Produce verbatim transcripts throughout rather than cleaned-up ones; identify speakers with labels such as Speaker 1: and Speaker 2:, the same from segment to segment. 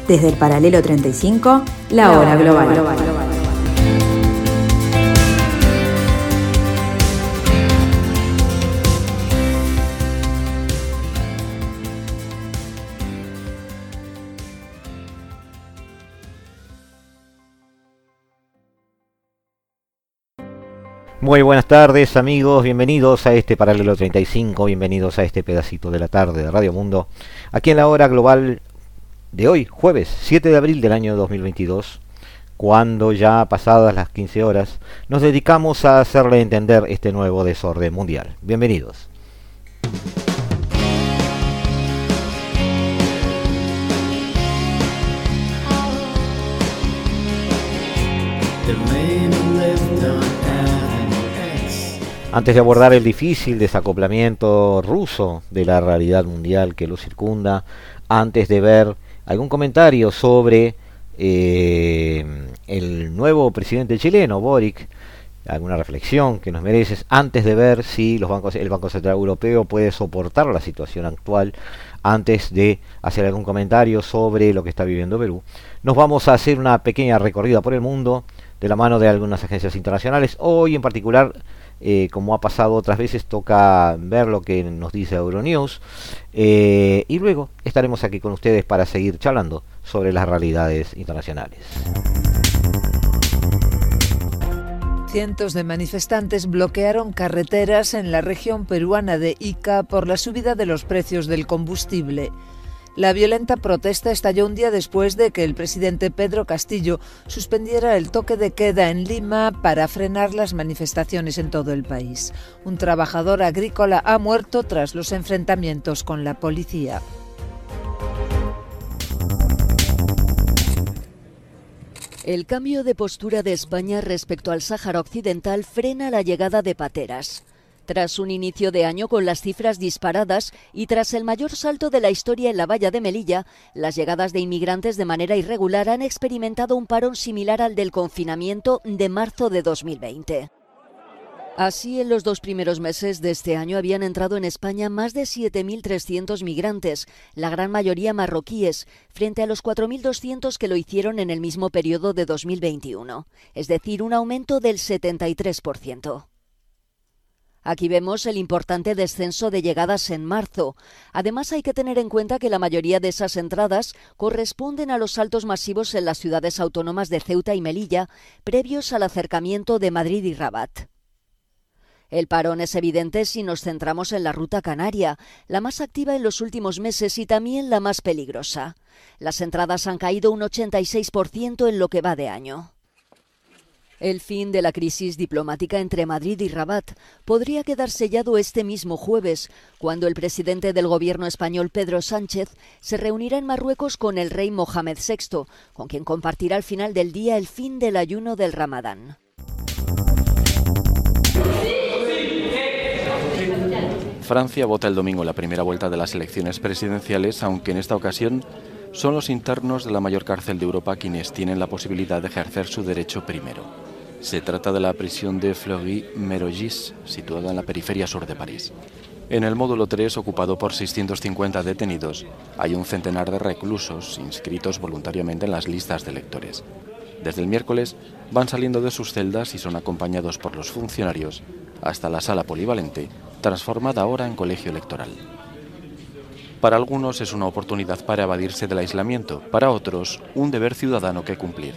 Speaker 1: Desde el paralelo treinta y cinco, la hora global. global.
Speaker 2: Muy buenas tardes amigos, bienvenidos a este Paralelo treinta y cinco, bienvenidos a este pedacito de la tarde de Radio Mundo, aquí en la hora global de hoy, jueves siete de abril del año dos mil veintidós, cuando ya pasadas las quince horas nos dedicamos a hacerle entender este nuevo desorden mundial. Bienvenidos. Antes de abordar el difícil desacoplamiento ruso de la realidad mundial que lo circunda, antes de ver algún comentario sobre eh, el nuevo presidente chileno, Boric, alguna reflexión que nos mereces, antes de ver si los bancos, el Banco Central Europeo puede soportar la situación actual, antes de hacer algún comentario sobre lo que está viviendo Perú, nos vamos a hacer una pequeña recorrida por el mundo de la mano de algunas agencias internacionales. Hoy en particular, Eh, como ha pasado otras veces, toca ver lo que nos dice Euronews eh, y luego estaremos aquí con ustedes para seguir charlando sobre las realidades internacionales.
Speaker 3: Cientos de manifestantes bloquearon carreteras en la región peruana de Ica por la subida de los precios del combustible. La violenta protesta estalló un día después de que el presidente Pedro Castillo suspendiera el toque de queda en Lima para frenar las manifestaciones en todo el país. Un trabajador agrícola ha muerto tras los enfrentamientos con la policía.
Speaker 4: El cambio de postura de España respecto al Sáhara Occidental frena la llegada de pateras. Tras un inicio de año con las cifras disparadas y tras el mayor salto de la historia en la valla de Melilla, las llegadas de inmigrantes de manera irregular han experimentado un parón similar al del confinamiento de marzo de dos mil veinte. Así, en los dos primeros meses de este año habían entrado en España más de siete mil trescientos migrantes, la gran mayoría marroquíes, frente a los cuatro mil doscientos que lo hicieron en el mismo periodo de dos mil veintiuno, es decir, un aumento del setenta y tres por ciento. Aquí vemos el importante descenso de llegadas en marzo. Además, hay que tener en cuenta que la mayoría de esas entradas corresponden a los saltos masivos en las ciudades autónomas de Ceuta y Melilla, previos al acercamiento de Madrid y Rabat. El parón es evidente si nos centramos en la ruta canaria, la más activa en los últimos meses y también la más peligrosa. Las entradas han caído un ochenta y seis por ciento en lo que va de año. El fin de la crisis diplomática entre Madrid y Rabat podría quedar sellado este mismo jueves, cuando el presidente del gobierno español, Pedro Sánchez, se reunirá en Marruecos con el rey Mohamed sexto, con quien compartirá al final del día el fin del ayuno del Ramadán.
Speaker 5: Francia vota el domingo en la primera vuelta de las elecciones presidenciales, aunque en esta ocasión son los internos de la mayor cárcel de Europa quienes tienen la posibilidad de ejercer su derecho primero. Se trata de la prisión de Fleury-Mérogis, situada en la periferia sur de París. En el módulo tres, ocupado por seiscientos cincuenta detenidos, hay un centenar de reclusos inscritos voluntariamente en las listas de electores. Desde el miércoles van saliendo de sus celdas y son acompañados por los funcionarios hasta la sala polivalente, transformada ahora en colegio electoral. Para algunos es una oportunidad para evadirse del aislamiento, para otros un deber ciudadano que cumplir.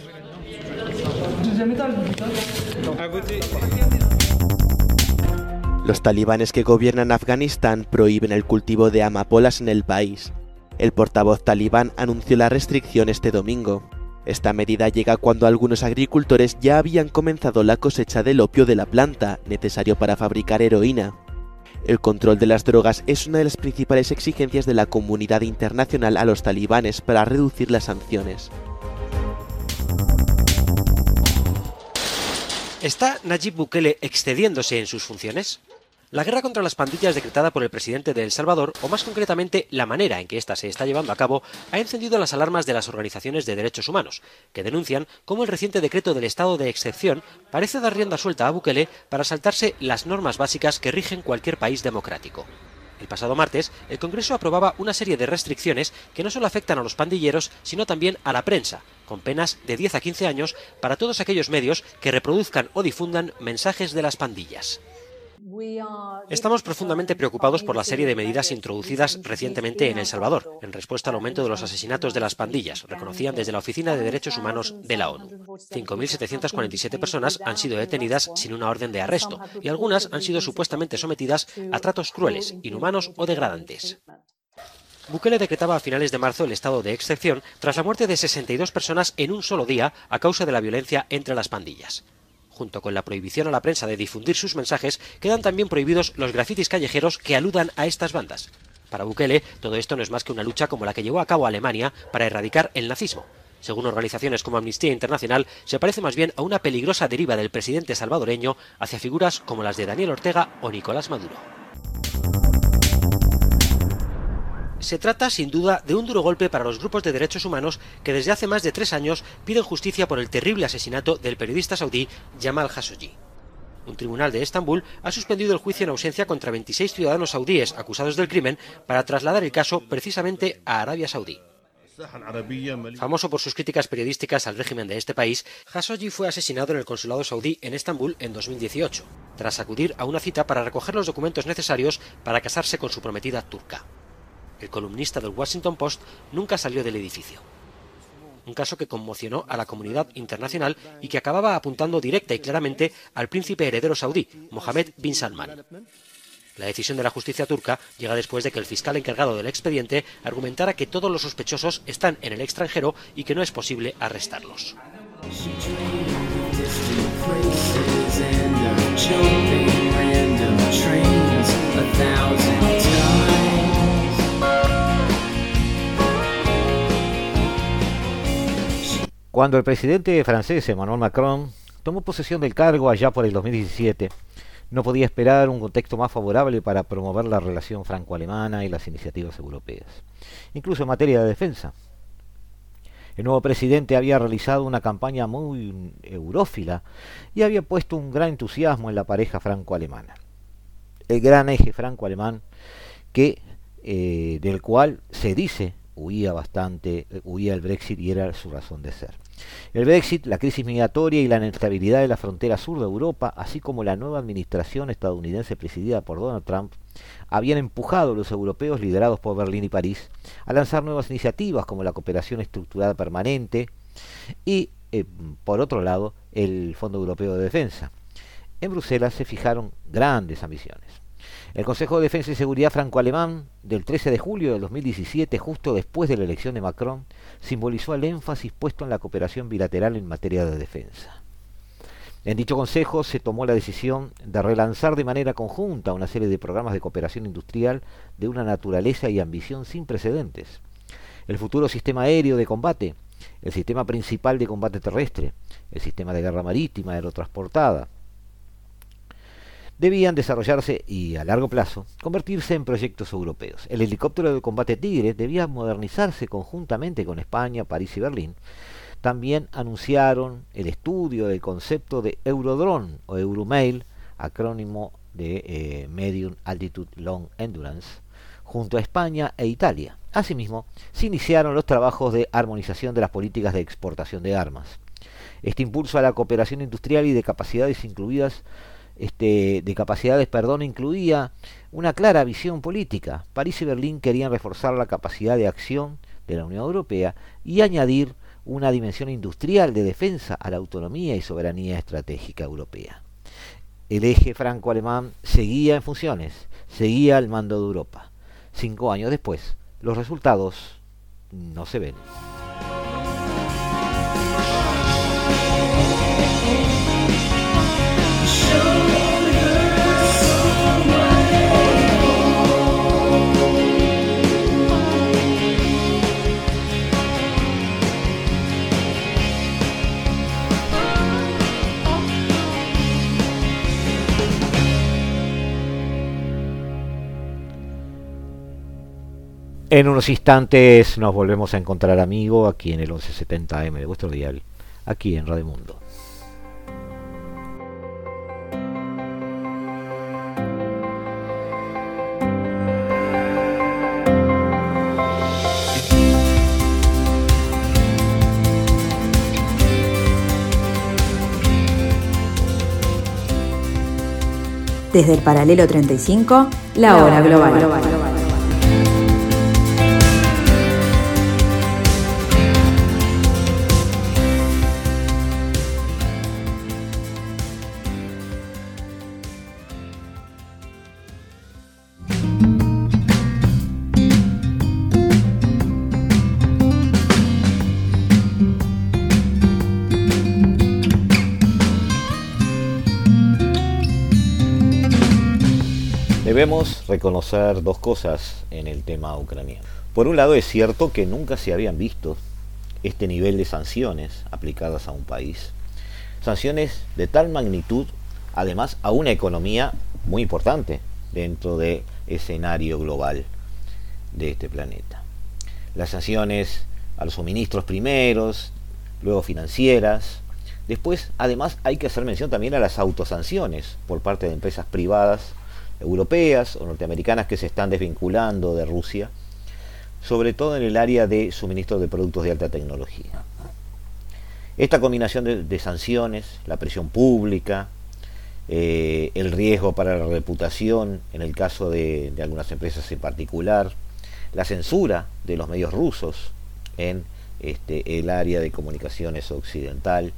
Speaker 6: Los talibanes que gobiernan Afganistán prohíben el cultivo de amapolas en el país. El portavoz talibán anunció la restricción este domingo. Esta medida llega cuando algunos agricultores ya habían comenzado la cosecha del opio de la planta, necesario para fabricar heroína. El control de las drogas es una de las principales exigencias de la comunidad internacional a los talibanes para reducir las sanciones.
Speaker 7: ¿Está Nayib Bukele excediéndose en sus funciones? La guerra contra las pandillas decretada por el presidente de El Salvador, o más concretamente la manera en que ésta se está llevando a cabo, ha encendido las alarmas de las organizaciones de derechos humanos, que denuncian cómo el reciente decreto del estado de excepción parece dar rienda suelta a Bukele para saltarse las normas básicas que rigen cualquier país democrático. El pasado martes, el Congreso aprobaba una serie de restricciones que no solo afectan a los pandilleros, sino también a la prensa, con penas de diez a quince años para todos aquellos medios que reproduzcan o difundan mensajes de las pandillas. Estamos profundamente preocupados por la serie de medidas introducidas recientemente en El Salvador, en respuesta al aumento de los asesinatos de las pandillas, reconocían desde la Oficina de Derechos Humanos de la ONU. cinco mil setecientas cuarenta y siete personas han sido detenidas sin una orden de arresto, y algunas han sido supuestamente sometidas a tratos crueles, inhumanos o degradantes. Bukele decretaba a finales de marzo el estado de excepción tras la muerte de sesenta y dos personas en un solo día a causa de la violencia entre las pandillas. Junto con la prohibición a la prensa de difundir sus mensajes, quedan también prohibidos los grafitis callejeros que aludan a estas bandas. Para Bukele, todo esto no es más que una lucha como la que llevó a cabo Alemania para erradicar el nazismo. Según organizaciones como Amnistía Internacional, se parece más bien a una peligrosa deriva del presidente salvadoreño hacia figuras como las de Daniel Ortega o Nicolás Maduro. Se trata, sin duda, de un duro golpe para los grupos de derechos humanos que desde hace más de tres años piden justicia por el terrible asesinato del periodista saudí Jamal Khashoggi. Un tribunal de Estambul ha suspendido el juicio en ausencia contra veintiséis ciudadanos saudíes acusados del crimen para trasladar el caso precisamente a Arabia Saudí. Famoso por sus críticas periodísticas al régimen de este país, Khashoggi fue asesinado en el consulado saudí en Estambul en dos mil dieciocho, tras acudir a una cita para recoger los documentos necesarios para casarse con su prometida turca. El columnista del Washington Post nunca salió del edificio. Un caso que conmocionó a la comunidad internacional y que acababa apuntando directa y claramente al príncipe heredero saudí, Mohammed bin Salman. La decisión de la justicia turca llega después de que el fiscal encargado del expediente argumentara que todos los sospechosos están en el extranjero y que no es posible arrestarlos.
Speaker 2: Cuando el presidente francés Emmanuel Macron tomó posesión del cargo allá por el dos mil diecisiete, no podía esperar un contexto más favorable para promover la relación franco-alemana y las iniciativas europeas, incluso en materia de defensa. El nuevo presidente había realizado una campaña muy eurófila y había puesto un gran entusiasmo en la pareja franco-alemana, el gran eje franco-alemán que eh, del cual se dice huía bastante, huía el Brexit y era su razón de ser. El Brexit, la crisis migratoria y la inestabilidad de la frontera sur de Europa, así como la nueva administración estadounidense presidida por Donald Trump, habían empujado a los europeos liderados por Berlín y París a lanzar nuevas iniciativas como la cooperación estructurada permanente y, eh, por otro lado, el Fondo Europeo de Defensa. En Bruselas se fijaron grandes ambiciones. El Consejo de Defensa y Seguridad franco-alemán del trece de julio de dos mil diecisiete, justo después de la elección de Macron, simbolizó el énfasis puesto en la cooperación bilateral en materia de defensa. En dicho consejo se tomó la decisión de relanzar de manera conjunta una serie de programas de cooperación industrial de una naturaleza y ambición sin precedentes. El futuro sistema aéreo de combate, el sistema principal de combate terrestre, el sistema de guerra marítima aerotransportada, debían desarrollarse y, a largo plazo, convertirse en proyectos europeos. El helicóptero de combate Tigre debía modernizarse conjuntamente con España, París y Berlín. También anunciaron el estudio del concepto de Eurodrone o Euromail, acrónimo de eh, Medium Altitude Long Endurance, junto a España e Italia. Asimismo, se iniciaron los trabajos de armonización de las políticas de exportación de armas. Este impulso a la cooperación industrial y de capacidades incluidas Este, de capacidades, perdón, incluía una clara visión política. París y Berlín querían reforzar la capacidad de acción de la Unión Europea y añadir una dimensión industrial de defensa a la autonomía y soberanía estratégica europea. El eje franco-alemán seguía en funciones, seguía al mando de Europa. Cinco años después, los resultados no se ven. En unos instantes nos volvemos a encontrar, amigo, aquí en el once setenta A M de vuestro dial, aquí en Radio Mundo.
Speaker 1: Desde el paralelo treinta y cinco, la hora global.
Speaker 2: Debemos reconocer dos cosas en el tema ucraniano. Por un lado, es cierto que nunca se habían visto este nivel de sanciones aplicadas a un país. Sanciones de tal magnitud, además, a una economía muy importante dentro del escenario global de este planeta. Las sanciones a los suministros primeros, luego financieras. Después, además, hay que hacer mención también a las autosanciones por parte de empresas privadas europeas o norteamericanas que se están desvinculando de Rusia, sobre todo en el área de suministro de productos de alta tecnología. Esta combinación de, de sanciones, la presión pública, eh, el riesgo para la reputación en el caso de, de algunas empresas en particular, la censura de los medios rusos en este, el área de comunicaciones occidental,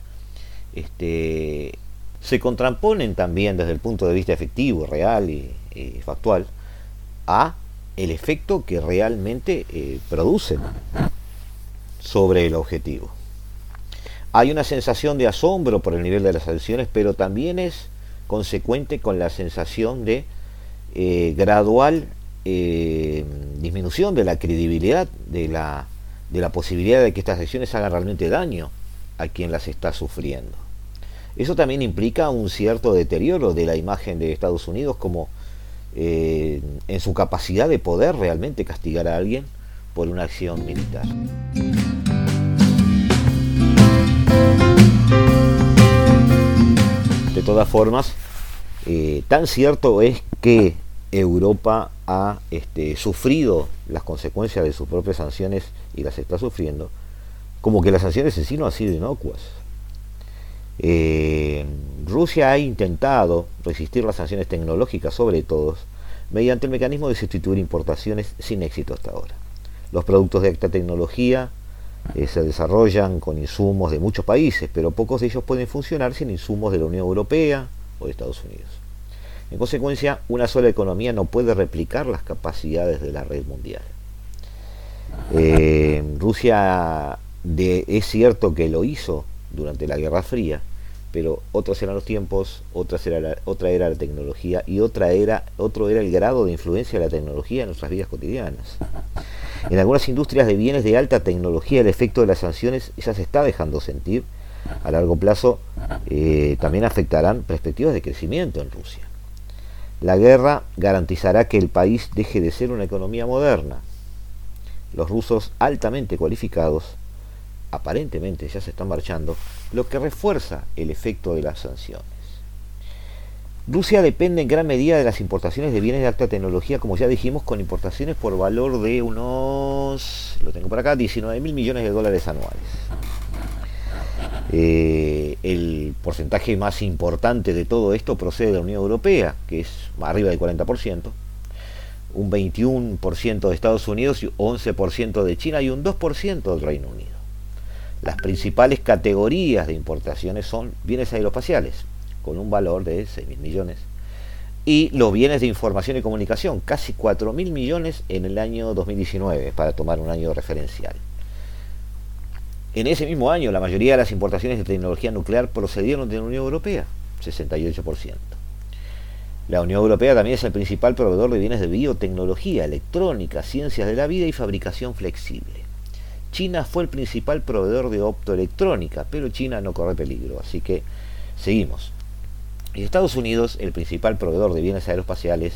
Speaker 2: este, se contraponen también desde el punto de vista efectivo, real y, y factual a el efecto que realmente eh, producen sobre el objetivo. Hay una sensación de asombro por el nivel de las sanciones, pero también es consecuente con la sensación de eh, gradual eh, disminución de la credibilidad de la, de la posibilidad de que estas acciones hagan realmente daño a quien las está sufriendo. Eso también implica un cierto deterioro de la imagen de Estados Unidos como eh, en su capacidad de poder realmente castigar a alguien por una acción militar. De todas formas, eh, tan cierto es que Europa ha este, sufrido las consecuencias de sus propias sanciones y las está sufriendo, como que las sanciones en sí no han sido inocuas. Eh, Rusia ha intentado resistir las sanciones tecnológicas, sobre todo, mediante el mecanismo de sustituir importaciones sin éxito hasta ahora. Los productos de alta tecnología eh, se desarrollan con insumos de muchos países, pero pocos de ellos pueden funcionar sin insumos de la Unión Europea o de Estados Unidos. En consecuencia, una sola economía no puede replicar las capacidades de la red mundial. Eh, Rusia de, es cierto que lo hizo durante la Guerra Fría, pero otros eran los tiempos, otras era la, otra era la tecnología y otra era, otro era el grado de influencia de la tecnología en nuestras vidas cotidianas. En algunas industrias de bienes de alta tecnología el efecto de las sanciones ya se está dejando sentir. A largo plazo eh, también afectarán perspectivas de crecimiento en Rusia. La guerra garantizará que el país deje de ser una economía moderna. Los rusos altamente cualificados aparentemente ya se están marchando, lo que refuerza el efecto de las sanciones. Rusia depende en gran medida de las importaciones de bienes de alta tecnología, como ya dijimos, con importaciones por valor de unos, lo tengo por acá, diecinueve mil millones de dólares anuales. Eh, el porcentaje más importante de todo esto procede de la Unión Europea, que es arriba del cuarenta por ciento, un veintiuno por ciento de Estados Unidos, once por ciento de China y un dos por ciento del Reino Unido. Las principales categorías de importaciones son bienes aeroespaciales, con un valor de seis mil millones, y los bienes de información y comunicación, casi cuatro mil millones en el año dos mil diecinueve, para tomar un año referencial. En ese mismo año, la mayoría de las importaciones de tecnología nuclear procedieron de la Unión Europea, sesenta y ocho por ciento. La Unión Europea también es el principal proveedor de bienes de biotecnología, electrónica, ciencias de la vida y fabricación flexible. China fue el principal proveedor de optoelectrónica, pero China no corre peligro, así que seguimos. Y Estados Unidos, el principal proveedor de bienes aeroespaciales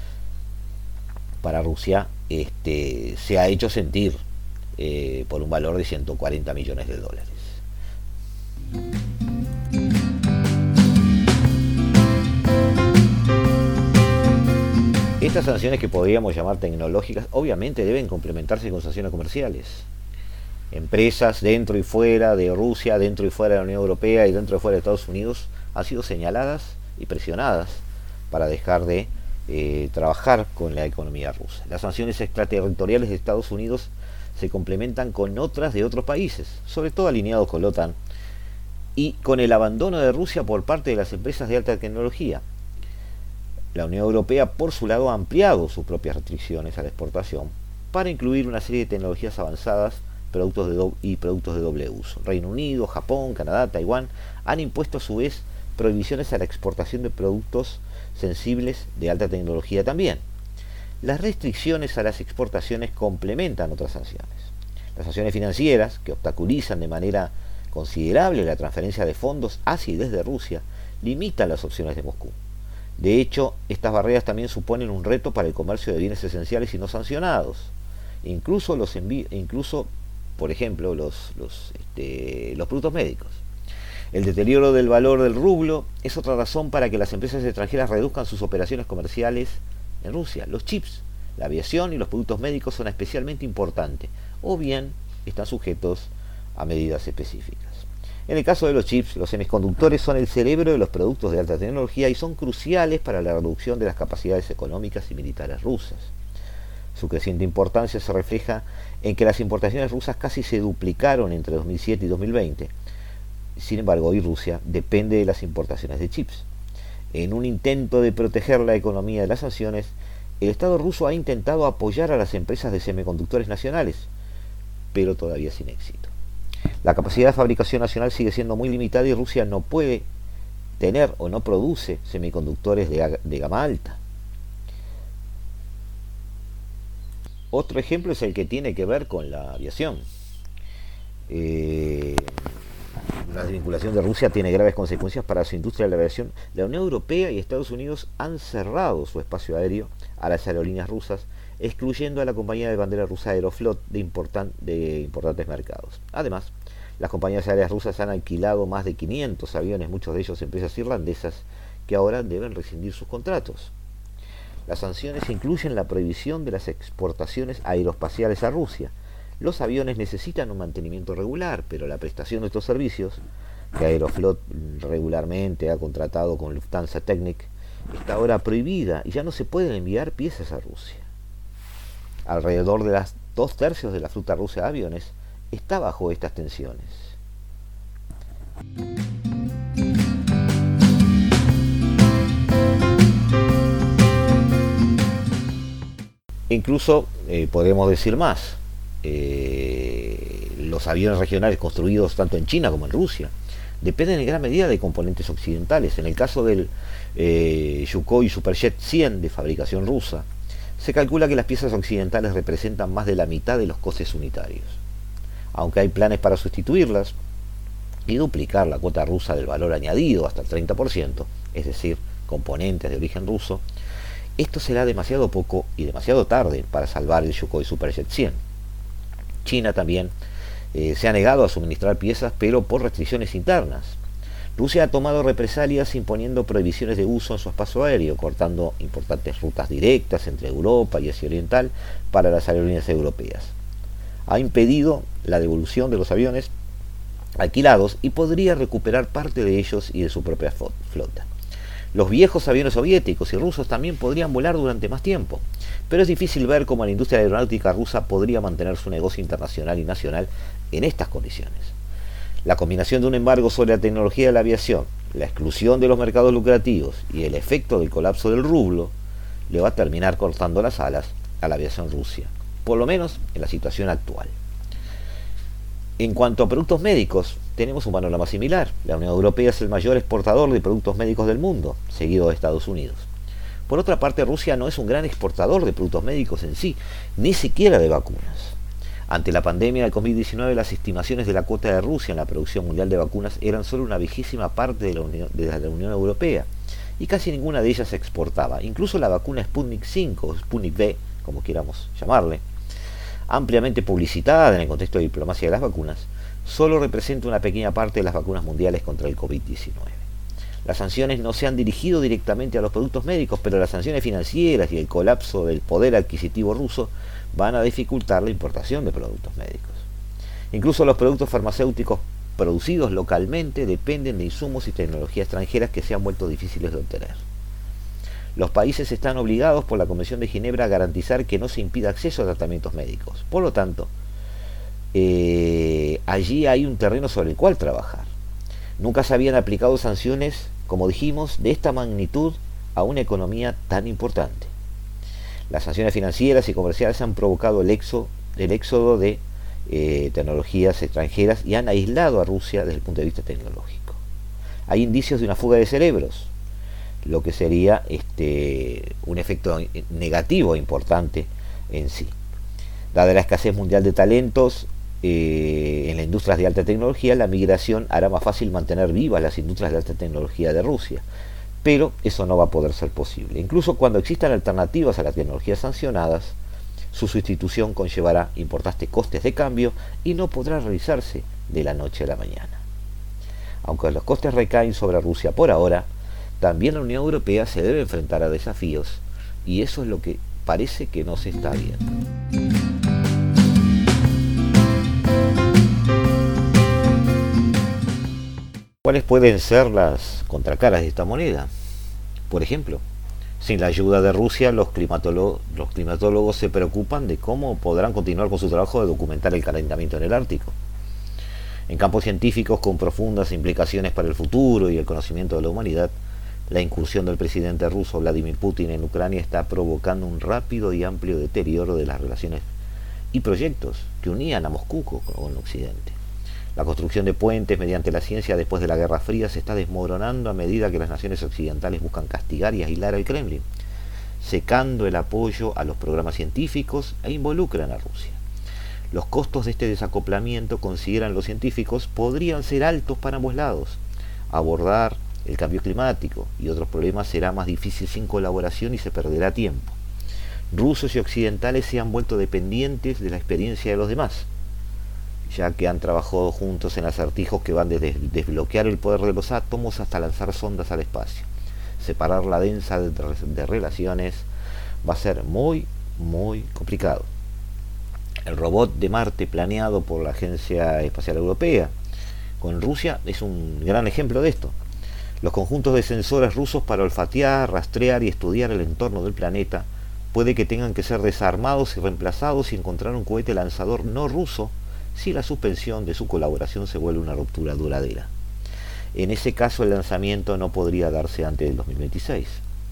Speaker 2: para Rusia, este, se ha hecho sentir eh, por un valor de ciento cuarenta millones de dólares. Estas sanciones, que podríamos llamar tecnológicas, obviamente deben complementarse con sanciones comerciales. Empresas dentro y fuera de Rusia, dentro y fuera de la Unión Europea y dentro y fuera de Estados Unidos han sido señaladas y presionadas para dejar de eh, trabajar con la economía rusa. Las sanciones extraterritoriales de Estados Unidos se complementan con otras de otros países, sobre todo alineados con la OTAN, y con el abandono de Rusia por parte de las empresas de alta tecnología. La Unión Europea, por su lado, ha ampliado sus propias restricciones a la exportación para incluir una serie de tecnologías avanzadas productos de do- y productos de doble uso. Reino Unido, Japón, Canadá, Taiwán han impuesto a su vez prohibiciones a la exportación de productos sensibles de alta tecnología también. Las restricciones a las exportaciones complementan otras sanciones. Las sanciones financieras, que obstaculizan de manera considerable la transferencia de fondos hacia y desde Rusia, limitan las opciones de Moscú. De hecho, estas barreras también suponen un reto para el comercio de bienes esenciales y no sancionados. Incluso, los envi- incluso por ejemplo, los, los, este, los productos médicos. El deterioro del valor del rublo es otra razón para que las empresas extranjeras reduzcan sus operaciones comerciales en Rusia. Los chips, la aviación y los productos médicos son especialmente importantes, o bien están sujetos a medidas específicas. En el caso de los chips, los semiconductores son el cerebro de los productos de alta tecnología y son cruciales para la reducción de las capacidades económicas y militares rusas. Su creciente importancia se refleja en que las importaciones rusas casi se duplicaron entre dos mil siete y dos mil veinte. Sin embargo, hoy Rusia depende de las importaciones de chips. En un intento de proteger la economía de las sanciones, el Estado ruso ha intentado apoyar a las empresas de semiconductores nacionales, pero todavía sin éxito. La capacidad de fabricación nacional sigue siendo muy limitada y Rusia no puede tener o no produce semiconductores de, de gama alta. Otro ejemplo es el que tiene que ver con la aviación. Eh, la desvinculación de Rusia tiene graves consecuencias para su industria de la aviación. La Unión Europea y Estados Unidos han cerrado su espacio aéreo a las aerolíneas rusas, excluyendo a la compañía de bandera rusa Aeroflot de, importan, de importantes mercados. Además, las compañías aéreas rusas han alquilado más de quinientos aviones, muchos de ellos empresas irlandesas, que ahora deben rescindir sus contratos. Las sanciones incluyen la prohibición de las exportaciones aeroespaciales a Rusia. Los aviones necesitan un mantenimiento regular, pero la prestación de estos servicios, que Aeroflot regularmente ha contratado con Lufthansa Technik, está ahora prohibida y ya no se pueden enviar piezas a Rusia. Alrededor de las dos tercios de la flota rusa de aviones está bajo estas tensiones. Incluso eh, podemos decir más, eh, los aviones regionales construidos tanto en China como en Rusia dependen en gran medida de componentes occidentales. En el caso del eh, Sukhoi Superjet cien de fabricación rusa, se calcula que las piezas occidentales representan más de la mitad de los costes unitarios. Aunque hay planes para sustituirlas y duplicar la cuota rusa del valor añadido hasta el treinta por ciento, es decir, componentes de origen ruso, esto será demasiado poco y demasiado tarde para salvar el Sukhoi Superjet cien. China también eh, se ha negado a suministrar piezas, pero por restricciones internas. Rusia ha tomado represalias imponiendo prohibiciones de uso en su espacio aéreo, cortando importantes rutas directas entre Europa y Asia Oriental para las aerolíneas europeas. Ha impedido la devolución de los aviones alquilados y podría recuperar parte de ellos y de su propia flota. Los viejos aviones soviéticos y rusos también podrían volar durante más tiempo, pero es difícil ver cómo la industria aeronáutica rusa podría mantener su negocio internacional y nacional en estas condiciones. La combinación de un embargo sobre la tecnología de la aviación, la exclusión de los mercados lucrativos y el efecto del colapso del rublo le va a terminar cortando las alas a la aviación rusa, por lo menos en la situación actual. En cuanto a productos médicos, tenemos un panorama similar. La Unión Europea es el mayor exportador de productos médicos del mundo, seguido de Estados Unidos. Por otra parte, Rusia no es un gran exportador de productos médicos en sí, ni siquiera de vacunas. Ante la pandemia del COVID diecinueve, las estimaciones de la cuota de Rusia en la producción mundial de vacunas eran solo una vigésima parte de la Unión, de la Unión Europea, y casi ninguna de ellas se exportaba. Incluso la vacuna Sputnik cinco, o Sputnik V, como quieramos llamarle, ampliamente publicitada en el contexto de diplomacia de las vacunas, solo representa una pequeña parte de las vacunas mundiales contra el COVID diecinueve. Las sanciones no se han dirigido directamente a los productos médicos, pero las sanciones financieras y el colapso del poder adquisitivo ruso van a dificultar la importación de productos médicos. Incluso los productos farmacéuticos producidos localmente dependen de insumos y tecnología extranjeras que se han vuelto difíciles de obtener. Los países están obligados por la Convención de Ginebra a garantizar que no se impida acceso a tratamientos médicos. Por lo tanto, eh, allí hay un terreno sobre el cual trabajar. Nunca se habían aplicado sanciones, como dijimos, de esta magnitud a una economía tan importante. Las sanciones financieras y comerciales han provocado el éxodo, el éxodo de eh, tecnologías extranjeras y han aislado a Rusia desde el punto de vista tecnológico. Hay indicios de una fuga de cerebros, lo que sería este, un efecto negativo importante en sí. Dada la escasez mundial de talentos eh, en las industrias de alta tecnología, la migración hará más fácil mantener vivas las industrias de alta tecnología de Rusia, pero eso no va a poder ser posible. Incluso cuando existan alternativas a las tecnologías sancionadas, su sustitución conllevará importantes costes de cambio y no podrá realizarse de la noche a la mañana. Aunque los costes recaen sobre Rusia por ahora, también la Unión Europea se debe enfrentar a desafíos, y eso es lo que parece que no se está viendo. ¿Cuáles pueden ser las contracaras de esta moneda? Por ejemplo, sin la ayuda de Rusia, los climatólogos, los climatólogos se preocupan de cómo podrán continuar con su trabajo de documentar el calentamiento en el Ártico. En campos científicos con profundas implicaciones para el futuro y el conocimiento de la humanidad, la incursión del presidente ruso Vladimir Putin en Ucrania está provocando un rápido y amplio deterioro de las relaciones y proyectos que unían a Moscú con Occidente. La construcción de puentes mediante la ciencia después de la Guerra Fría se está desmoronando a medida que las naciones occidentales buscan castigar y aislar al Kremlin, secando el apoyo a los programas científicos e involucran a Rusia. Los costos de este desacoplamiento, consideran los científicos, podrían ser altos para ambos lados. Abordar el cambio climático y otros problemas será más difícil sin colaboración y se perderá tiempo. Rusos y occidentales se han vuelto dependientes de la experiencia de los demás, ya que han trabajado juntos en acertijos que van desde desbloquear el poder de los átomos hasta lanzar sondas al espacio. Separar la densa de, de relaciones va a ser muy, muy complicado. El robot de Marte planeado por la Agencia Espacial Europea con Rusia es un gran ejemplo de esto. Los conjuntos de sensores rusos para olfatear, rastrear y estudiar el entorno del planeta puede que tengan que ser desarmados y reemplazados y encontrar un cohete lanzador no ruso si la suspensión de su colaboración se vuelve una ruptura duradera. En ese caso el lanzamiento no podría darse antes del dos mil veintiséis.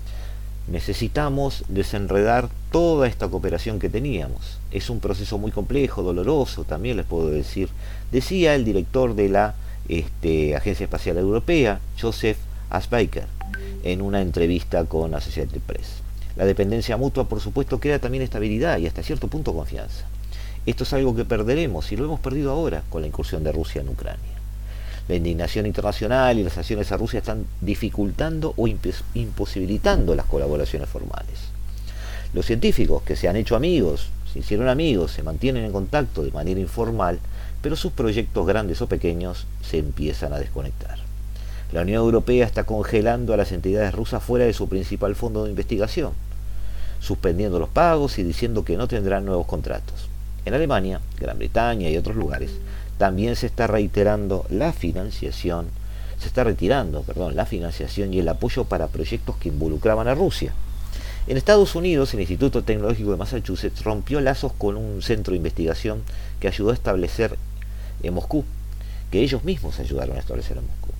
Speaker 2: Necesitamos desenredar toda esta cooperación que teníamos. Es un proceso muy complejo, doloroso, también les puedo decir. Decía el director de la este, Agencia Espacial Europea, Joseph Aschbacher, en una entrevista con Associated Press. La dependencia mutua, por supuesto, crea también estabilidad y hasta cierto punto confianza. Esto es algo que perderemos y lo hemos perdido ahora con la incursión de Rusia en Ucrania. La indignación internacional y las sanciones a Rusia están dificultando o imposibilitando las colaboraciones formales. Los científicos que se han hecho amigos, se hicieron amigos, se mantienen en contacto de manera informal, pero sus proyectos grandes o pequeños se empiezan a desconectar. La Unión Europea está congelando a las entidades rusas fuera de su principal fondo de investigación, suspendiendo los pagos y diciendo que no tendrán nuevos contratos. En Alemania, Gran Bretaña y otros lugares, también se está reiterando la financiación, se está retirando, perdón, la financiación y el apoyo para proyectos que involucraban a Rusia. En Estados Unidos, el Instituto Tecnológico de Massachusetts rompió lazos con un centro de investigación que ayudó a establecer en Moscú, que ellos mismos ayudaron a establecer en Moscú.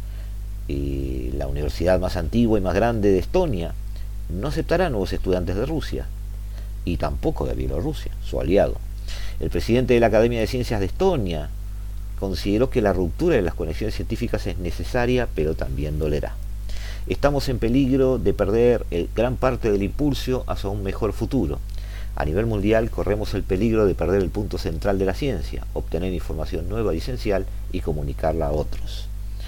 Speaker 2: Y la universidad más antigua y más grande de Estonia no aceptará nuevos estudiantes de Rusia, y tampoco de Bielorrusia, su aliado. El presidente de la Academia de Ciencias de Estonia consideró que la ruptura de las conexiones científicas es necesaria, pero también dolerá. Estamos en peligro de perder el, gran parte del impulso hacia un mejor futuro. A nivel mundial corremos el peligro de perder el punto central de la ciencia, obtener información nueva y esencial y comunicarla a otros.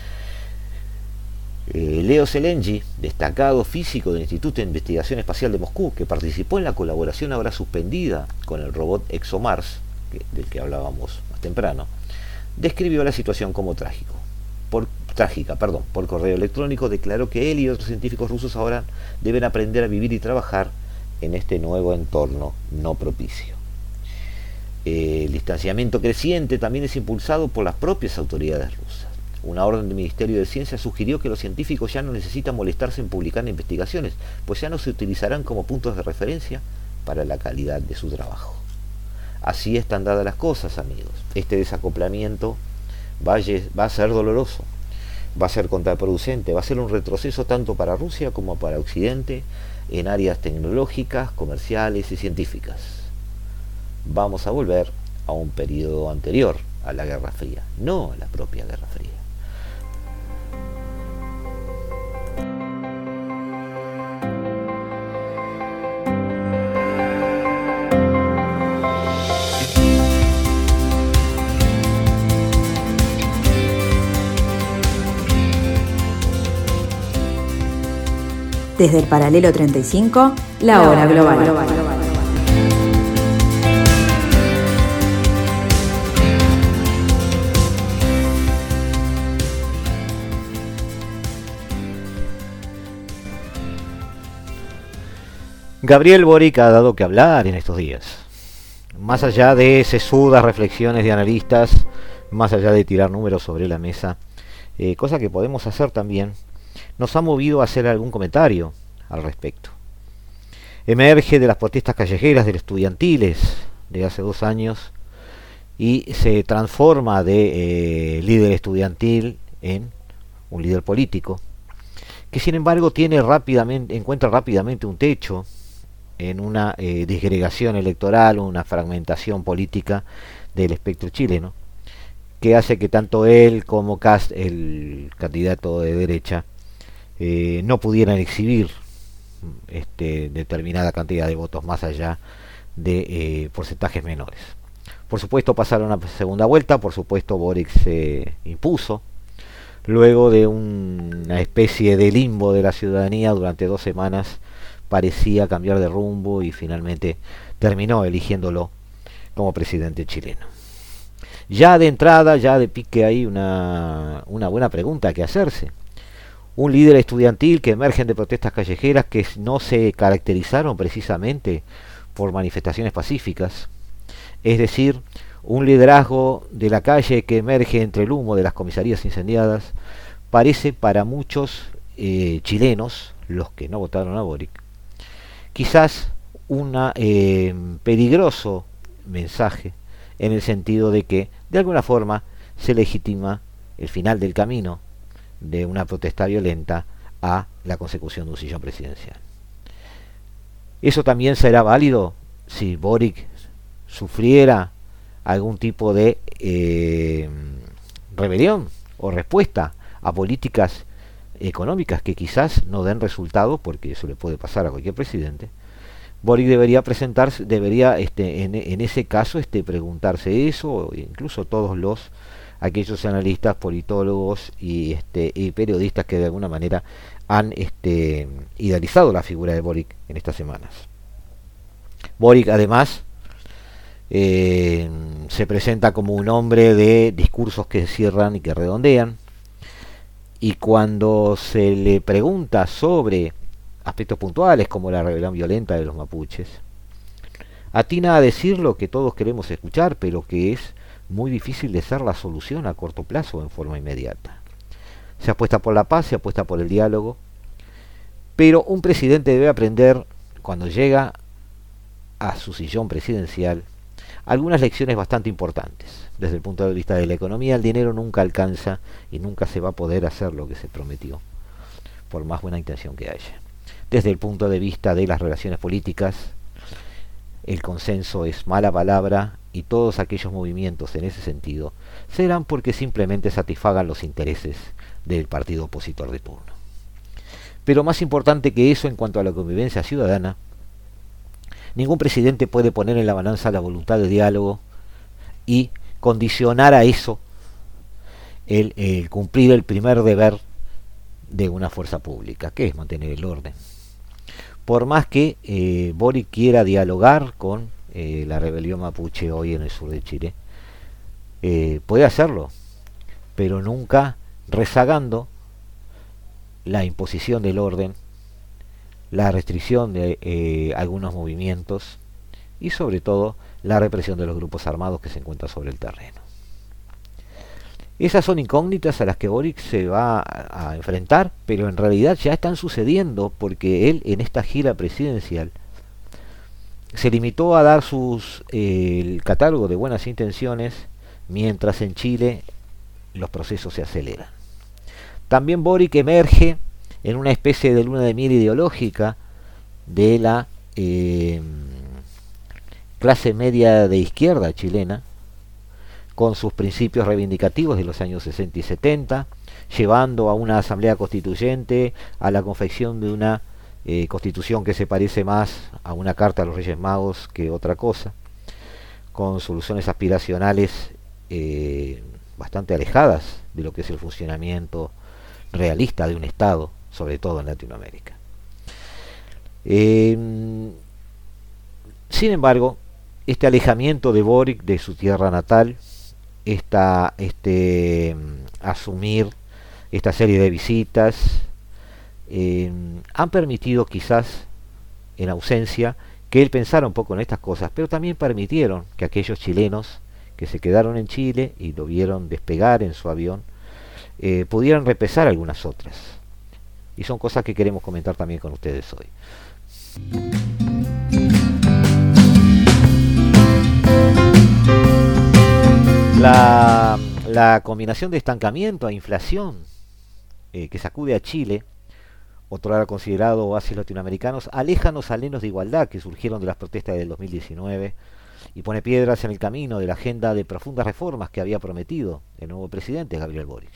Speaker 2: Eh, Leo Zelenyi, destacado físico del Instituto de Investigación Espacial de Moscú, que participó en la colaboración ahora suspendida con el robot ExoMars, que, del que hablábamos más temprano, describió la situación como trágico. Por, trágica. Perdón, por correo electrónico declaró que él y otros científicos rusos ahora deben aprender a vivir y trabajar en este nuevo entorno no propicio. Eh, el distanciamiento creciente también es impulsado por las propias autoridades rusas. una orden del Ministerio de Ciencia sugirió que los científicos ya no necesitan molestarse en publicar investigaciones, pues ya no se utilizarán como puntos de referencia para la calidad de su trabajo. Así están dadas las cosas, amigos. Este desacoplamiento va a, va a ser doloroso, va a ser contraproducente, va a ser un retroceso tanto para Rusia como para Occidente en áreas tecnológicas, comerciales y científicas. Vamos a volver a un periodo anterior a la Guerra Fría, no a la propia Guerra Fría.
Speaker 1: Desde el paralelo treinta y cinco, la hora global. global.
Speaker 2: Gabriel Boric ha dado que hablar en estos días. Más allá de sesudas reflexiones de analistas, más allá de tirar números sobre la mesa, eh, cosa que podemos hacer también, nos ha movido a hacer algún comentario al respecto. Emerge de las protestas callejeras, de los estudiantiles de hace dos años y se transforma de eh, líder estudiantil en un líder político, que sin embargo tiene rápidamente, encuentra rápidamente un techo en una eh, disgregación electoral, una fragmentación política del espectro chileno, que hace que tanto él como Kast, el candidato de derecha, eh, no pudieran exhibir este, determinada cantidad de votos más allá de eh, porcentajes menores. Por supuesto pasaron a segunda vuelta, por supuesto Boric se impuso, luego de un, una especie de limbo de la ciudadanía durante dos semanas, parecía cambiar de rumbo y finalmente terminó eligiéndolo como presidente chileno. Ya de entrada, ya de pique hay una, una buena pregunta que hacerse. Un líder estudiantil que emergen de protestas callejeras que no se caracterizaron precisamente por manifestaciones pacíficas, es decir, un liderazgo de la calle que emerge entre el humo de las comisarías incendiadas, parece para muchos eh, chilenos, los que no votaron a Boric, quizás un eh, peligroso mensaje en el sentido de que de alguna forma se legitima el final del camino de una protesta violenta a la consecución de un sillón presidencial. Eso también será válido si Boric sufriera algún tipo de eh, rebelión o respuesta a políticas económicas que quizás no den resultado, porque eso le puede pasar a cualquier presidente. Boric debería presentarse, debería este, en, en ese caso este, preguntarse eso, o incluso todos los aquellos analistas, politólogos y, este, y periodistas que de alguna manera han este, idealizado la figura de Boric en estas semanas. Boric además eh, se presenta como un hombre de discursos que cierran y que redondean, y cuando se le pregunta sobre aspectos puntuales como la rebelión violenta de los mapuches, atina a decir lo que todos queremos escuchar, pero que es muy difícil de ser la solución a corto plazo en forma inmediata. Se apuesta por la paz, se apuesta por el diálogo, pero un presidente debe aprender, cuando llega a su sillón presidencial, algunas lecciones bastante importantes. Desde el punto de vista de la economía, el dinero nunca alcanza y nunca se va a poder hacer lo que se prometió, por más buena intención que haya. Desde el punto de vista de las relaciones políticas, el consenso es mala palabra y todos aquellos movimientos en ese sentido serán porque simplemente satisfagan los intereses del partido opositor de turno. Pero más importante que eso en cuanto a la convivencia ciudadana, ningún presidente puede poner en la balanza la voluntad de diálogo y condicionar a eso el, el cumplir el primer deber de una fuerza pública, que es mantener el orden. Por más que eh, Boric quiera dialogar con eh, la rebelión mapuche hoy en el sur de Chile, eh, puede hacerlo, pero nunca rezagando la imposición del orden, la restricción de eh, algunos movimientos y sobre todo la represión de los grupos armados que se encuentran sobre el terreno. Esas son incógnitas a las que Boric se va a, a enfrentar, pero en realidad ya están sucediendo porque él en esta gira presidencial se limitó a dar sus eh, el catálogo de buenas intenciones, mientras en Chile los procesos se aceleran. También Boric emerge en una especie de luna de miel ideológica de la eh, clase media de izquierda chilena, con sus principios reivindicativos de los años sesenta y setenta, llevando a una asamblea constituyente, a la confección de una eh, constitución que se parece más a una carta a los Reyes Magos que otra cosa, con soluciones aspiracionales eh, bastante alejadas de lo que es el funcionamiento realista de un Estado, sobre todo en Latinoamérica. Eh, sin embargo, este alejamiento de Boric de su tierra natal, esta, este asumir esta serie de visitas, eh, han permitido quizás en ausencia que él pensara un poco en estas cosas, pero también permitieron que aquellos chilenos que se quedaron en Chile y lo vieron despegar en su avión, eh, pudieran repesar algunas otras. Y son cosas que queremos comentar también con ustedes hoy. La, la combinación de estancamiento e inflación eh, que sacude a Chile, otrora considerado oasis latinoamericanos, aleja los anhelos de igualdad que surgieron de las protestas del dos mil diecinueve y pone piedras en el camino de la agenda de profundas reformas que había prometido el nuevo presidente Gabriel Boric.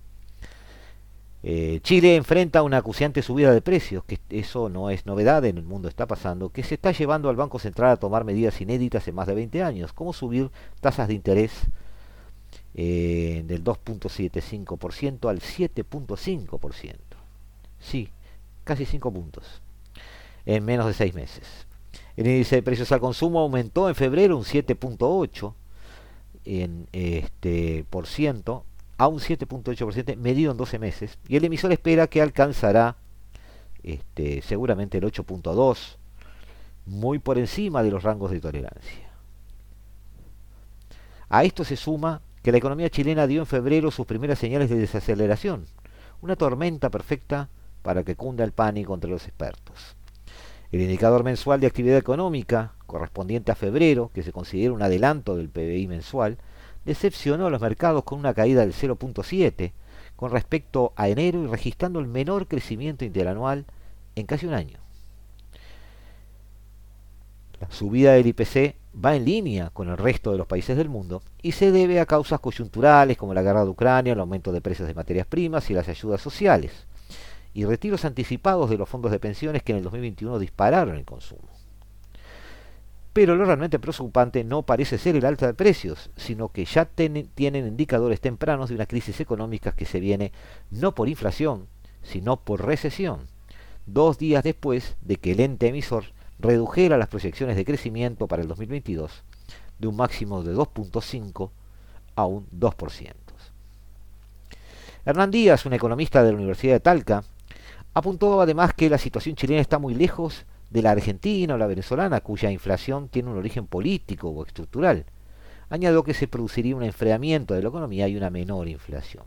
Speaker 2: Eh, Chile enfrenta una acuciante subida de precios, que eso no es novedad, en el mundo está pasando, que se está llevando al Banco Central a tomar medidas inéditas en más de veinte años, como subir tasas de interés eh, del dos punto setenta y cinco por ciento al siete punto cinco por ciento. Sí, casi cinco puntos, en menos de seis meses. El índice de precios al consumo aumentó en febrero un siete punto ocho en este por ciento, a un siete punto ocho por ciento medido en doce meses, y el emisor espera que alcanzará este, seguramente el ocho punto dos, muy por encima de los rangos de tolerancia. A esto se suma que la economía chilena dio en febrero sus primeras señales de desaceleración, una tormenta perfecta para que cunda el pánico entre los expertos. El indicador mensual de actividad económica, correspondiente a febrero, que se considera un adelanto del P B I mensual, decepcionó a los mercados con una caída del cero punto siete con respecto a enero y registrando el menor crecimiento interanual en casi un año. La subida del I P C va en línea con el resto de los países del mundo y se debe a causas coyunturales como la guerra de Ucrania, el aumento de precios de materias primas y las ayudas sociales, y retiros anticipados de los fondos de pensiones que en el dos mil veintiuno dispararon el consumo. Pero lo realmente preocupante no parece ser el alza de precios, sino que ya ten, tienen indicadores tempranos de una crisis económica que se viene no por inflación, sino por recesión, dos días después de que el ente emisor redujera las proyecciones de crecimiento para el dos mil veintidós de un máximo de dos punto cinco a un dos por ciento. Hernán Díaz, un economista de la Universidad de Talca, apuntó además que la situación chilena está muy lejos de la argentina o la venezolana, cuya inflación tiene un origen político o estructural. Añadió que se produciría un enfriamiento de la economía y una menor inflación.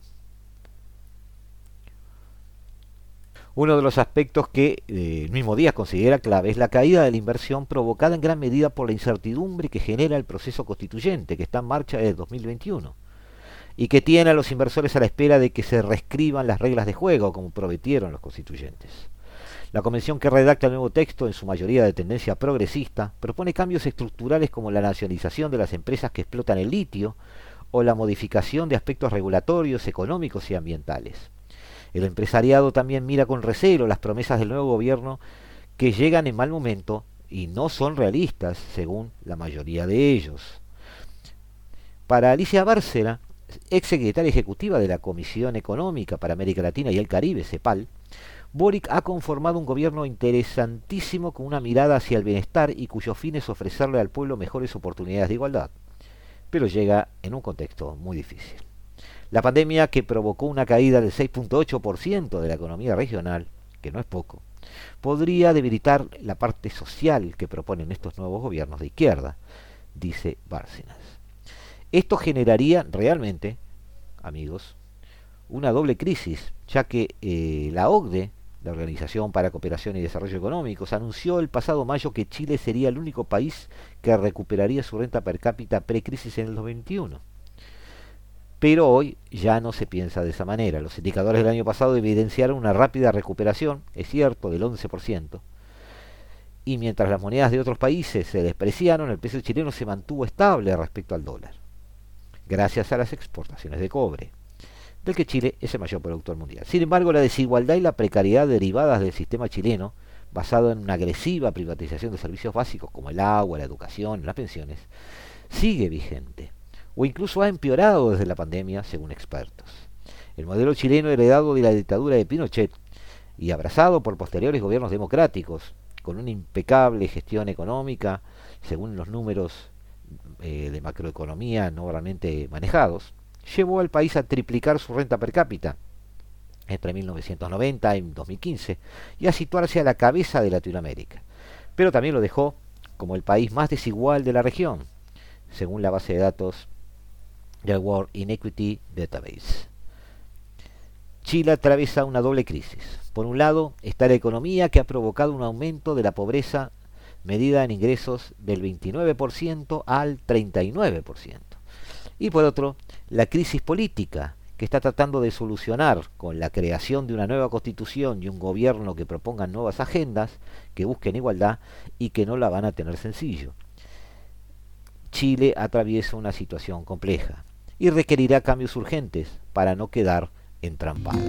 Speaker 2: Uno de los aspectos que eh, el mismo Díaz considera clave es la caída de la inversión provocada en gran medida por la incertidumbre que genera el proceso constituyente que está en marcha desde dos mil veintiuno y que tiene a los inversores a la espera de que se reescriban las reglas de juego como prometieron los constituyentes. La convención que redacta el nuevo texto, en su mayoría de tendencia progresista, propone cambios estructurales como la nacionalización de las empresas que explotan el litio o la modificación de aspectos regulatorios, económicos y ambientales. El empresariado también mira con recelo las promesas del nuevo gobierno que llegan en mal momento y no son realistas, según la mayoría de ellos. Para Alicia Bárcena, ex secretaria ejecutiva de la Comisión Económica para América Latina y el Caribe, CEPAL, Boric ha conformado un gobierno interesantísimo con una mirada hacia el bienestar y cuyo fin es ofrecerle al pueblo mejores oportunidades de igualdad, pero llega en un contexto muy difícil. La pandemia, que provocó una caída del seis punto ocho por ciento de la economía regional, que no es poco, podría debilitar la parte social que proponen estos nuevos gobiernos de izquierda, dice Bárcenas. Esto generaría realmente amigos, una doble crisis, ya que eh, la O C D E, la Organización para Cooperación y Desarrollo Económicos, anunció el pasado mayo que Chile sería el único país que recuperaría su renta per cápita pre-crisis en el dos mil veintiuno. Pero hoy ya no se piensa de esa manera. Los indicadores del año pasado evidenciaron una rápida recuperación, es cierto, del once por ciento. Y mientras las monedas de otros países se despreciaron, el peso chileno se mantuvo estable respecto al dólar, gracias a las exportaciones de cobre, del que Chile es el mayor productor mundial. Sin embargo, la desigualdad y la precariedad derivadas del sistema chileno, basado en una agresiva privatización de servicios básicos como el agua, la educación, las pensiones, sigue vigente, o incluso ha empeorado desde la pandemia, según expertos. El modelo chileno heredado de la dictadura de Pinochet y abrazado por posteriores gobiernos democráticos, con una impecable gestión económica, según los números eh, de macroeconomía no realmente manejados, llevó al país a triplicar su renta per cápita entre mil novecientos noventa y dos mil quince y a situarse a la cabeza de Latinoamérica. Pero también lo dejó como el país más desigual de la región, según la base de datos del World Inequity Database. Chile atraviesa una doble crisis. Por un lado está la economía, que ha provocado un aumento de la pobreza medida en ingresos del veintinueve por ciento al treinta y nueve por ciento. Y por otro, la crisis política, que está tratando de solucionar con la creación de una nueva constitución y un gobierno que propongan nuevas agendas, que busquen igualdad y que no la van a tener sencillo. Chile atraviesa una situación compleja y requerirá cambios urgentes para no quedar entrampada.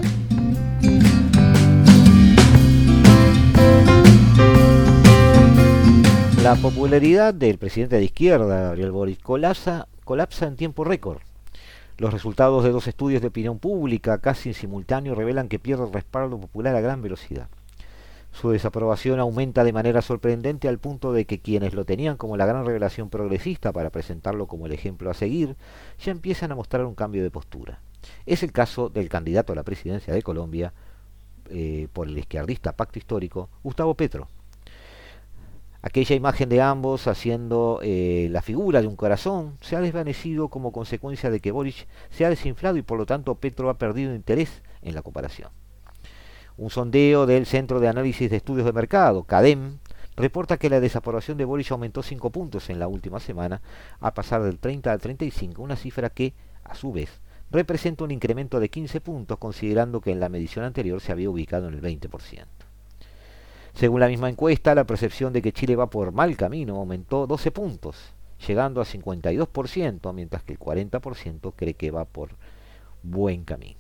Speaker 2: La popularidad del presidente de izquierda, Gabriel Boric, colapsa, colapsa en tiempo récord. Los resultados de dos estudios de opinión pública casi en simultáneo revelan que pierde el respaldo popular a gran velocidad. Su desaprobación aumenta de manera sorprendente al punto de que quienes lo tenían como la gran revelación progresista para presentarlo como el ejemplo a seguir, ya empiezan a mostrar un cambio de postura. Es el caso del candidato a la presidencia de Colombia eh, por el izquierdista Pacto Histórico, Gustavo Petro. Aquella imagen de ambos haciendo eh, la figura de un corazón se ha desvanecido como consecuencia de que Boric se ha desinflado y por lo tanto Petro ha perdido interés en la comparación. Un sondeo del Centro de Análisis de Estudios de Mercado, CADEM, reporta que la desaprobación de Boric aumentó cinco puntos en la última semana, a pasar del treinta al treinta y cinco, una cifra que, a su vez, representa un incremento de quince puntos, considerando que en la medición anterior se había ubicado en el veinte por ciento. Según la misma encuesta, la percepción de que Chile va por mal camino aumentó doce puntos, llegando a cincuenta y dos por ciento, mientras que el cuarenta por ciento cree que va por buen camino.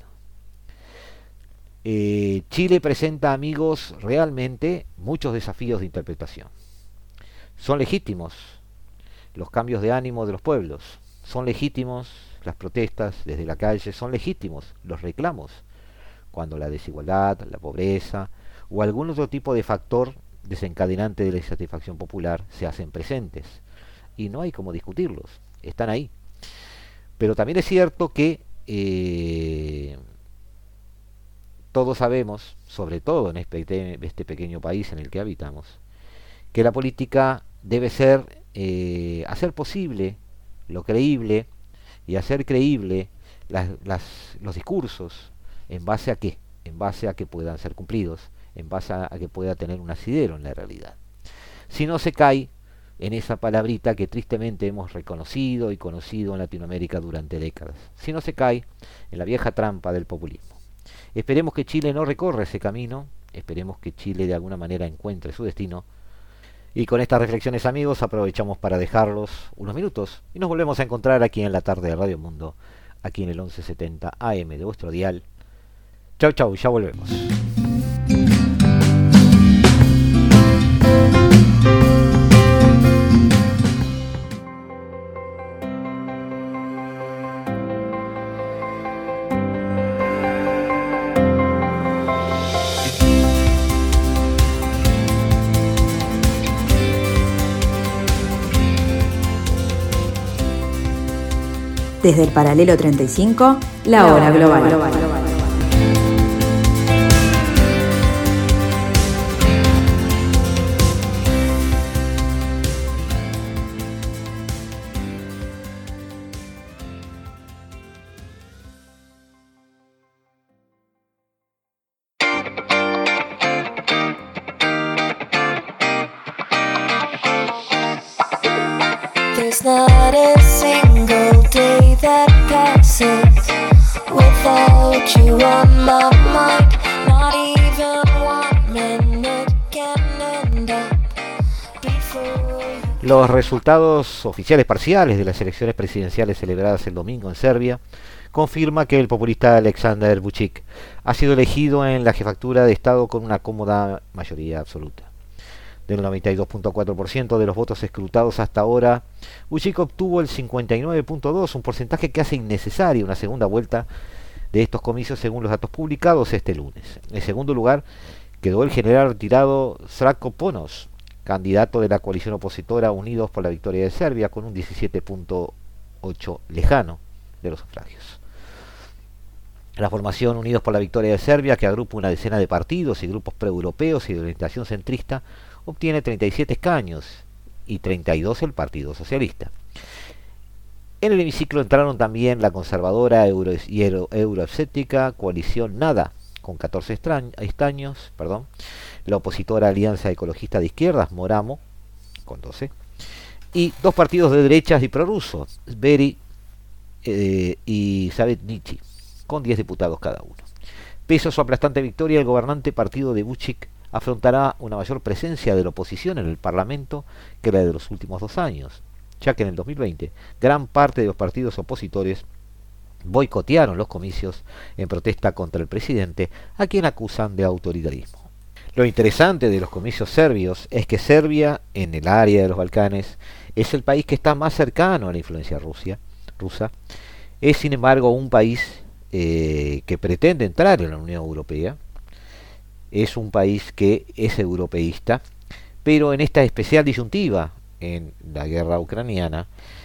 Speaker 2: Eh, Chile presenta, amigos, realmente muchos desafíos de interpretación. Son legítimos los cambios de ánimo de los pueblos, son legítimos las protestas desde la calle, son legítimos los reclamos cuando la desigualdad, la pobreza o algún otro tipo de factor desencadenante de la insatisfacción popular se hacen presentes. Y no hay como discutirlos, están ahí. Pero también es cierto que eh, todos sabemos, sobre todo en este, este pequeño país en el que habitamos, que la política debe ser eh, hacer posible lo creíble y hacer creíble las, las, los discursos. ¿En base a qué? En base a que puedan ser cumplidos, en base a, a que pueda tener un asidero en la realidad. Si no, se cae en esa palabrita que tristemente hemos reconocido y conocido en Latinoamérica durante décadas. Si no, se cae en la vieja trampa del populismo. Esperemos que Chile no recorra ese camino, esperemos que Chile de alguna manera encuentre su destino. Y con estas reflexiones, amigos, aprovechamos para dejarlos unos minutos y nos volvemos a encontrar aquí en la tarde de Radio Mundo, aquí en el once setenta A M de vuestro dial. Chau, chau, ya volvemos.
Speaker 1: Desde el paralelo treinta y cinco, la hora global. global.
Speaker 8: There's not a single day that passes without you on my mind. Not even one minute can end up before you.
Speaker 2: Los resultados oficiales parciales de las elecciones presidenciales celebradas el domingo en Serbia confirma que el populista Aleksandar Vučić ha sido elegido en la jefatura de Estado con una cómoda mayoría absoluta. Del noventa y dos punto cuatro por ciento de los votos escrutados hasta ahora, Vučić obtuvo el cincuenta y nueve punto dos por ciento, un porcentaje que hace innecesaria una segunda vuelta de estos comicios según los datos publicados este lunes. En segundo lugar quedó el general retirado Zdravko Ponoš, candidato de la coalición opositora Unidos por la Victoria de Serbia, con un diecisiete punto ocho por ciento lejano de los sufragios. La formación Unidos por la Victoria de Serbia, que agrupa una decena de partidos y grupos proeuropeos y de orientación centrista, obtiene treinta y siete escaños y treinta y dos el Partido Socialista. En el hemiciclo entraron también la conservadora euro y euro, euroescéptica coalición Nada, con catorce escaños, perdón, la opositora Alianza Ecologista de Izquierdas, Moramo, con doce, y dos partidos de derechas y prorrusos, Beri eh, y Zavetnici, con diez diputados cada uno. Pese a su aplastante victoria, el gobernante partido de Vučić afrontará una mayor presencia de la oposición en el Parlamento que la de los últimos dos años, ya que en el dos mil veinte gran parte de los partidos opositores boicotearon los comicios en protesta contra el presidente, a quien acusan de autoritarismo. Lo interesante de los comicios serbios es que Serbia, en el área de los Balcanes, es el país que está más cercano a la influencia rusa. rusa. Es, sin embargo, un país eh, que pretende entrar en la Unión Europea. Es un país que es europeísta, pero en esta especial disyuntiva en la guerra ucraniana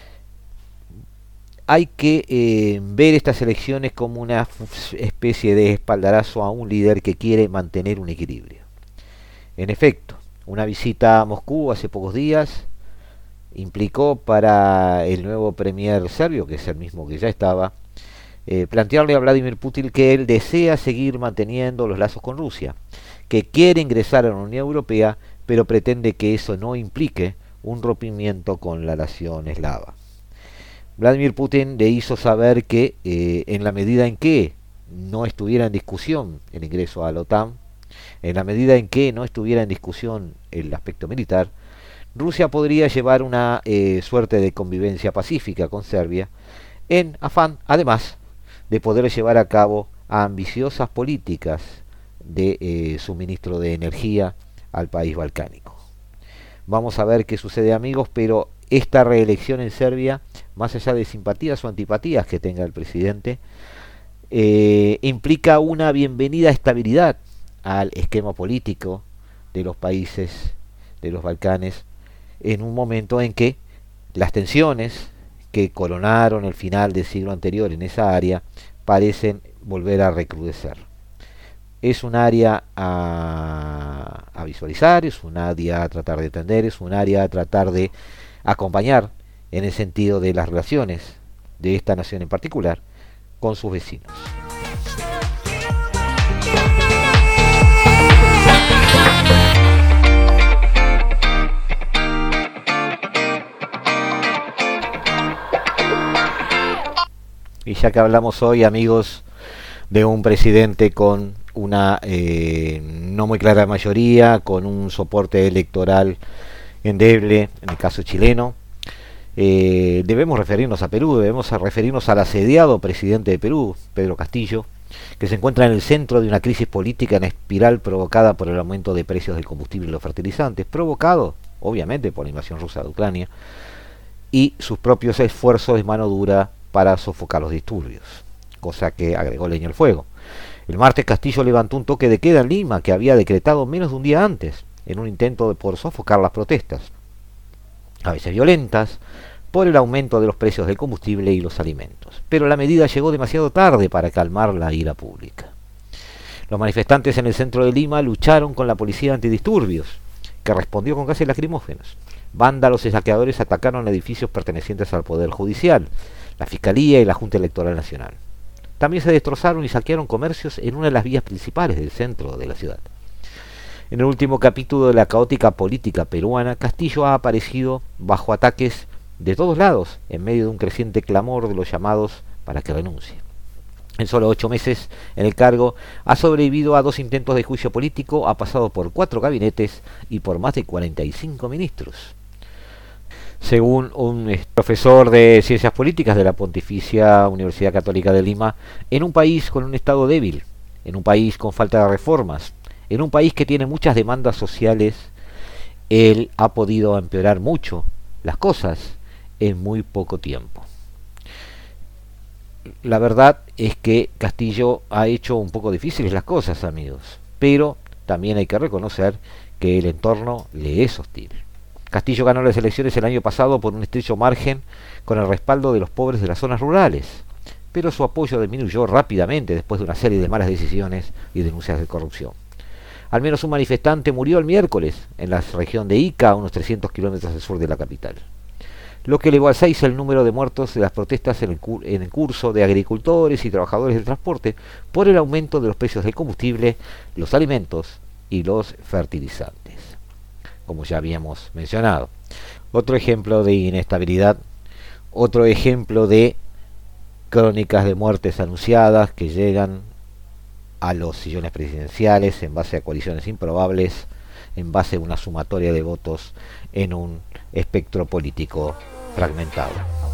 Speaker 2: hay que eh, ver estas elecciones como una especie de espaldarazo a un líder que quiere mantener un equilibrio. En efecto, una visita a Moscú hace pocos días implicó para el nuevo premier serbio, que es el mismo que ya estaba, eh, plantearle a Vladimir Putin que él desea seguir manteniendo los lazos con Rusia, que quiere ingresar a la Unión Europea, pero pretende que eso no implique un rompimiento con la nación eslava. Vladimir Putin le hizo saber que eh, en la medida en que no estuviera en discusión el ingreso a la OTAN, en la medida en que no estuviera en discusión el aspecto militar, Rusia podría llevar una eh, suerte de convivencia pacífica con Serbia, en afán, además, de poder llevar a cabo ambiciosas políticas de eh, suministro de energía al país balcánico. Vamos a ver qué sucede, amigos, pero esta reelección en Serbia, más allá de simpatías o antipatías que tenga el presidente, eh, implica una bienvenida estabilidad al esquema político de los países de los Balcanes, en un momento en que las tensiones que coronaron el final del siglo anterior en esa área parecen volver a recrudecer. Es un área a, a visualizar, es un área a tratar de entender, es un área a tratar de acompañar en el sentido de las relaciones de esta nación en particular con sus vecinos. Y ya que hablamos hoy, amigos, de un presidente con una eh, no muy clara mayoría, con un soporte electoral endeble, en el caso chileno, eh, debemos referirnos a Perú, debemos referirnos al asediado presidente de Perú, Pedro Castillo, que se encuentra en el centro de una crisis política en espiral provocada por el aumento de precios del combustible y los fertilizantes, provocado, obviamente, por la invasión rusa de Ucrania, y sus propios esfuerzos de mano dura para sofocar los disturbios, cosa que agregó leña al fuego. El martes Castillo levantó un toque de queda en Lima que había decretado menos de un día antes, en un intento de por sofocar las protestas, a veces violentas, por el aumento de los precios del combustible y los alimentos. Pero la medida llegó demasiado tarde para calmar la ira pública. Los manifestantes en el centro de Lima lucharon con la policía antidisturbios, que respondió con gases lacrimógenos. Vándalos y saqueadores atacaron edificios pertenecientes al Poder Judicial, la Fiscalía y la Junta Electoral Nacional. También se destrozaron y saquearon comercios en una de las vías principales del centro de la ciudad. En el último capítulo de la caótica política peruana, Castillo ha aparecido bajo ataques de todos lados, en medio de un creciente clamor de los llamados para que renuncie. En solo ocho meses en el cargo ha sobrevivido a dos intentos de juicio político, ha pasado por cuatro gabinetes y por más de cuarenta y cinco ministros. Según un eh, profesor de Ciencias Políticas de la Pontificia Universidad Católica de Lima, en un país con un Estado débil, en un país con falta de reformas, en un país que tiene muchas demandas sociales, él ha podido empeorar mucho las cosas en muy poco tiempo. La verdad es que Castillo ha hecho un poco difíciles las cosas, amigos, pero también hay que reconocer que el entorno le es hostil. Castillo ganó las elecciones el año pasado por un estrecho margen con el respaldo de los pobres de las zonas rurales, pero su apoyo disminuyó rápidamente después de una serie de malas decisiones y denuncias de corrupción. Al menos un manifestante murió el miércoles en la región de Ica, a unos trescientos kilómetros al sur de la capital, lo que elevó al seis el número de muertos de las protestas en el, cu en el curso de agricultores y trabajadores del transporte por el aumento de los precios del combustible, los alimentos y los fertilizantes, como ya habíamos mencionado. Otro ejemplo de inestabilidad, otro ejemplo de crónicas de muertes anunciadas que llegan a los sillones presidenciales en base a coaliciones improbables, en base a una sumatoria de votos en un espectro político fragmentado.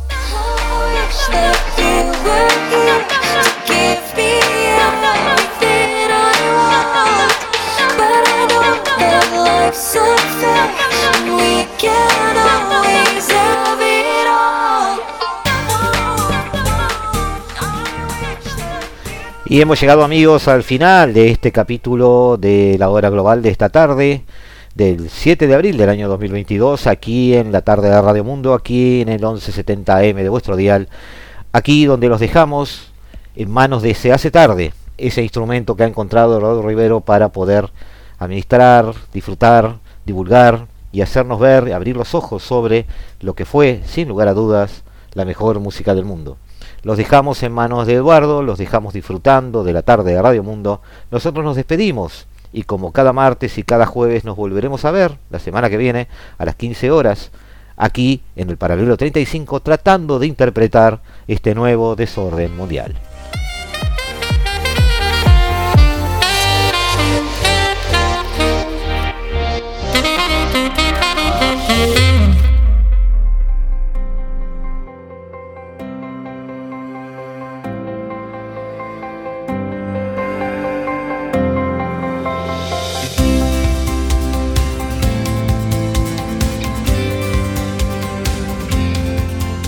Speaker 2: Y hemos llegado, amigos, al final de este capítulo de la hora global de esta tarde, del siete de abril del año dos mil veintidós, aquí en la tarde de Radio Mundo, aquí en el once setenta A M de vuestro dial, aquí donde los dejamos en manos de Se Hace Tarde, ese instrumento que ha encontrado Eduardo Rivero para poder administrar, disfrutar, divulgar y hacernos ver, abrir los ojos sobre lo que fue, sin lugar a dudas, la mejor música del mundo. Los dejamos en manos de Eduardo, los dejamos disfrutando de la tarde de Radio Mundo. Nosotros nos despedimos y como cada martes y cada jueves nos volveremos a ver la semana que viene a las quince horas aquí en el Paralelo treinta y cinco, tratando de interpretar este nuevo desorden mundial.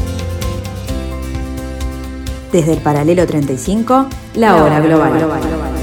Speaker 1: Desde el Paralelo treinta y cinco, la hora global.